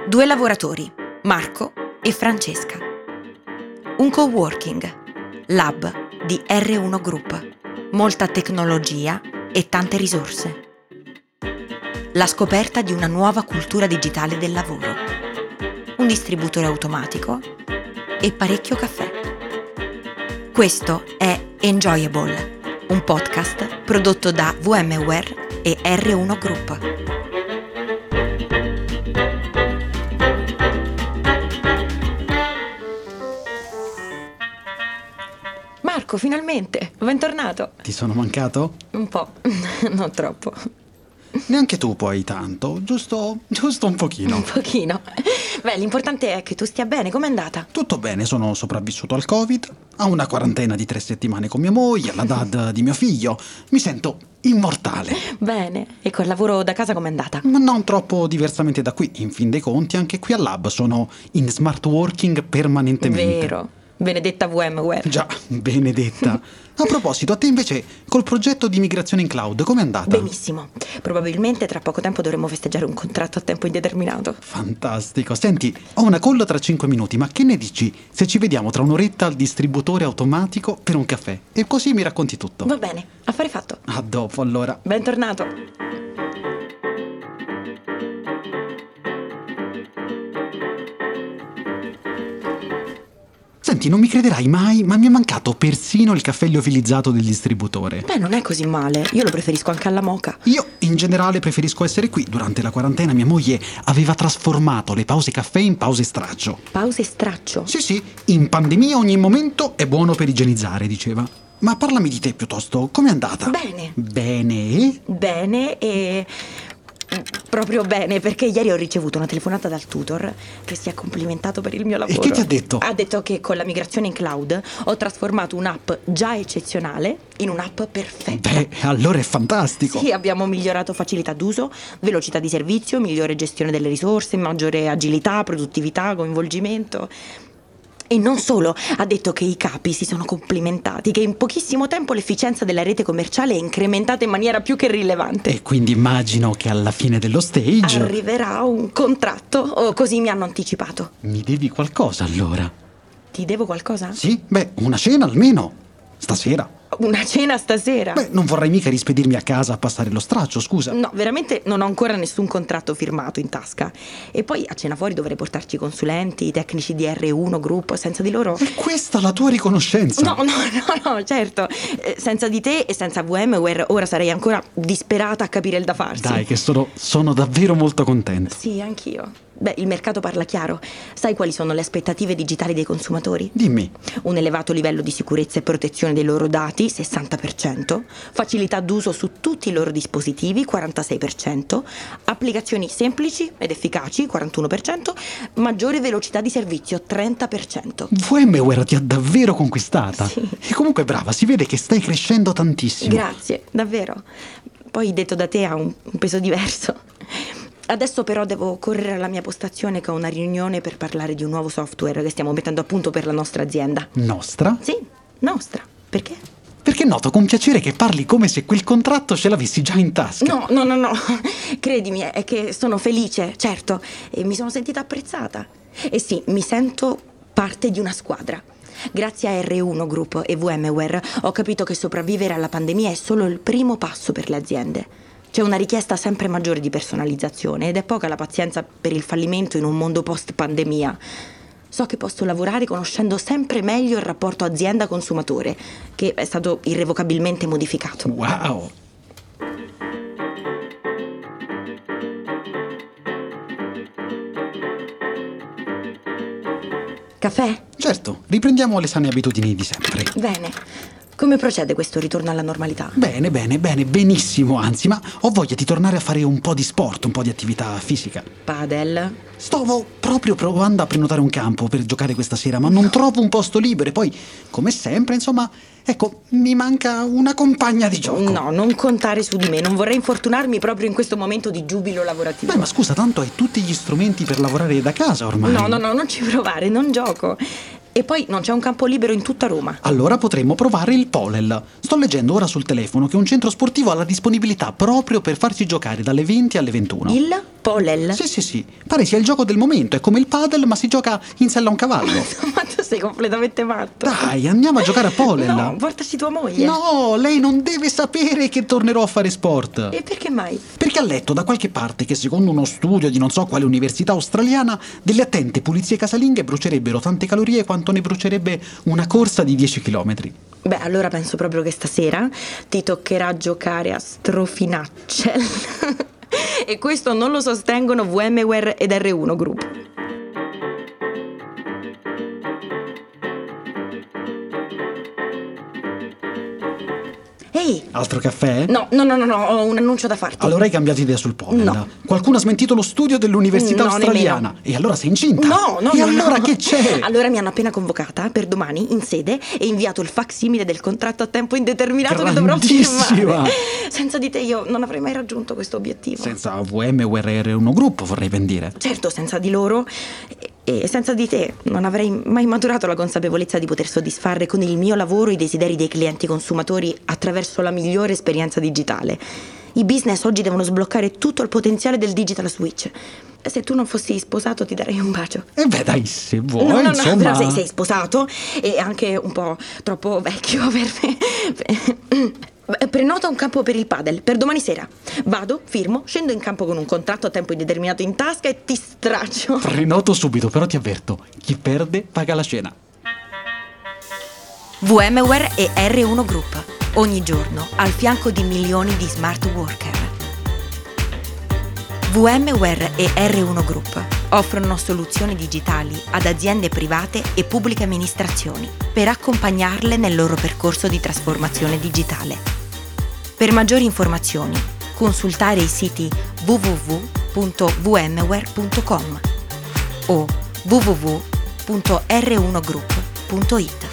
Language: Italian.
Due lavoratori, Marco e Francesca. Un coworking, Lab di R1 Group. Molta tecnologia e tante risorse. La scoperta di una nuova cultura digitale del lavoro. Un distributore automatico e parecchio caffè. Questo è Enjoyable, un podcast prodotto da VMware e R1 Group. Marco, finalmente, bentornato. Ti sono mancato? Un po', non troppo. Neanche tu poi tanto, giusto un pochino. Un pochino. Beh, l'importante è che tu stia bene, com'è andata? Tutto bene, sono sopravvissuto al Covid, a una quarantena di 3 settimane con mia moglie, alla DAD di mio figlio. Mi sento immortale. Bene, e col lavoro da casa com'è andata? Ma non troppo diversamente da qui, in fin dei conti anche qui al Lab sono in smart working permanentemente. Vero, benedetta VMware. Già, benedetta. A proposito, a te invece, col progetto di migrazione in cloud, com'è andata? Benissimo, probabilmente tra poco tempo dovremo festeggiare un contratto a tempo indeterminato. Fantastico. Senti, ho una call tra 5 minuti, ma che ne dici se ci vediamo tra un'oretta al distributore automatico per un caffè? E così mi racconti tutto. Va bene, affare fatto. A dopo allora. Bentornato. Senti, non mi crederai mai, ma mi è mancato persino il caffè liofilizzato del distributore. Beh, non è così male, io lo preferisco anche alla moka. Io in generale preferisco essere qui. Durante la quarantena mia moglie aveva trasformato le pause caffè in pause straccio. Pause straccio? Sì, in pandemia ogni momento è buono per igienizzare, diceva. Ma parlami di te piuttosto, com'è andata? Bene. Bene? Bene e... proprio bene, perché ieri ho ricevuto una telefonata dal tutor che si è complimentato per il mio lavoro. E che ti ha detto? Ha detto che con la migrazione in cloud ho trasformato un'app già eccezionale in un'app perfetta. Beh, allora è fantastico. Sì, abbiamo migliorato facilità d'uso, velocità di servizio, migliore gestione delle risorse, maggiore agilità, produttività, coinvolgimento. E non solo, ha detto che i capi si sono complimentati, che in pochissimo tempo l'efficienza della rete commerciale è incrementata in maniera più che rilevante. E quindi immagino che alla fine dello stage Arriverà un contratto, o così mi hanno anticipato. mi devi qualcosa allora. Ti devo qualcosa? Sì? Beh, una cena almeno. Stasera. Una cena stasera? Beh, non vorrei mica rispedirmi a casa a passare lo straccio, scusa. No, veramente non ho ancora nessun contratto firmato in tasca. E poi a cena fuori dovrei portarci i consulenti, i tecnici di R1 Group, senza di loro... È questa la tua riconoscenza? No, certo. Senza di te e senza VMware ora sarei ancora disperata a capire il da farsi. Dai, che sono davvero molto contento. Sì, anch'io. Beh, il mercato parla chiaro. Sai quali sono le aspettative digitali dei consumatori? Dimmi. Un elevato livello di sicurezza e protezione dei loro dati, 60%, facilità d'uso su tutti i loro dispositivi, 46%, applicazioni semplici ed efficaci, 41%, maggiore velocità di servizio, 30%. VMware ti ha davvero conquistata. Sì. E comunque brava, si vede che stai crescendo tantissimo. Grazie, davvero. Poi detto da te ha un peso diverso. Adesso però devo correre alla mia postazione che ho una riunione per parlare di un nuovo software che stiamo mettendo a punto per la nostra azienda. Nostra? Sì, nostra. Perché? Perché noto con piacere che parli come se quel contratto ce l'avessi già in tasca. No. Credimi, è che sono felice, certo, e mi sono sentita apprezzata. E sì, mi sento parte di una squadra. Grazie a R1 Group e VMware ho capito che sopravvivere alla pandemia è solo il primo passo per le aziende. C'è una richiesta sempre maggiore di personalizzazione ed è poca la pazienza per il fallimento in un mondo post-pandemia. So che posso lavorare conoscendo sempre meglio il rapporto azienda-consumatore, che è stato irrevocabilmente modificato. Wow! Caffè? Certo, riprendiamo le sane abitudini di sempre. Bene. Come procede questo ritorno alla normalità? Bene, benissimo, anzi, ma ho voglia di tornare a fare un po' di sport, un po' di attività fisica. Padel? Stavo proprio provando a prenotare un campo per giocare questa sera, ma non trovo un posto libero e poi, come sempre, insomma, ecco, mi manca una compagna di gioco. No, non contare su di me, non vorrei infortunarmi proprio in questo momento di giubilo lavorativo. Beh, ma scusa, tanto hai tutti gli strumenti per lavorare da casa ormai. No, non ci provare, non gioco. E poi non c'è un campo libero in tutta Roma. Allora potremmo provare il Polel. Sto leggendo ora sul telefono che un centro sportivo ha la disponibilità proprio per farci giocare dalle 20 alle 21. Il? Polel? Sì, pare sia il gioco del momento, è come il padel ma si gioca in sella a un cavallo. Ma tu sei completamente matto. Dai, andiamo a giocare a Polel. No, portaci tua moglie. No, lei non deve sapere che tornerò a fare sport. E perché mai? Perché ha letto da qualche parte che secondo uno studio di non so quale università australiana, delle attente pulizie casalinghe brucerebbero tante calorie quanto ne brucerebbe una corsa di 10 km. Beh, allora penso proprio che stasera ti toccherà giocare a strofinacce. E questo non lo sostengono VMware ed R1 Group. Ehi! Altro caffè? No, ho un annuncio da farti. Allora hai cambiato idea sul pollen. No. Qualcuno ha smentito lo studio dell'università No, australiana. nemmeno. E allora sei incinta? No. E allora che c'è? Allora mi hanno appena convocata per domani in sede e inviato il facsimile del contratto a tempo indeterminato che dovrò Grandissima! firmare. Senza di te io non avrei mai raggiunto questo obiettivo. Senza VMware R1 Group, vorrei ben dire. Certo, senza di loro e senza di te non avrei mai maturato la consapevolezza di poter soddisfare con il mio lavoro i desideri dei clienti consumatori attraverso la migliore esperienza digitale. I business oggi devono sbloccare tutto il potenziale del digital switch. Se tu non fossi sposato ti darei un bacio. E beh, dai, se vuoi, No, insomma... però sei sposato e anche un po' troppo vecchio per me. Prenota un campo per il padel per domani sera. Vado, firmo, scendo in campo con un contratto a tempo indeterminato in tasca e ti straccio. Prenoto subito, però ti avverto, chi perde paga la cena. VMware e R1 Group, ogni giorno al fianco di milioni di smart worker. VMware e R1 Group offrono soluzioni digitali ad aziende private e pubbliche amministrazioni per accompagnarle nel loro percorso di trasformazione digitale. Per maggiori informazioni, consultare i siti www.vmware.com o www.r1group.it.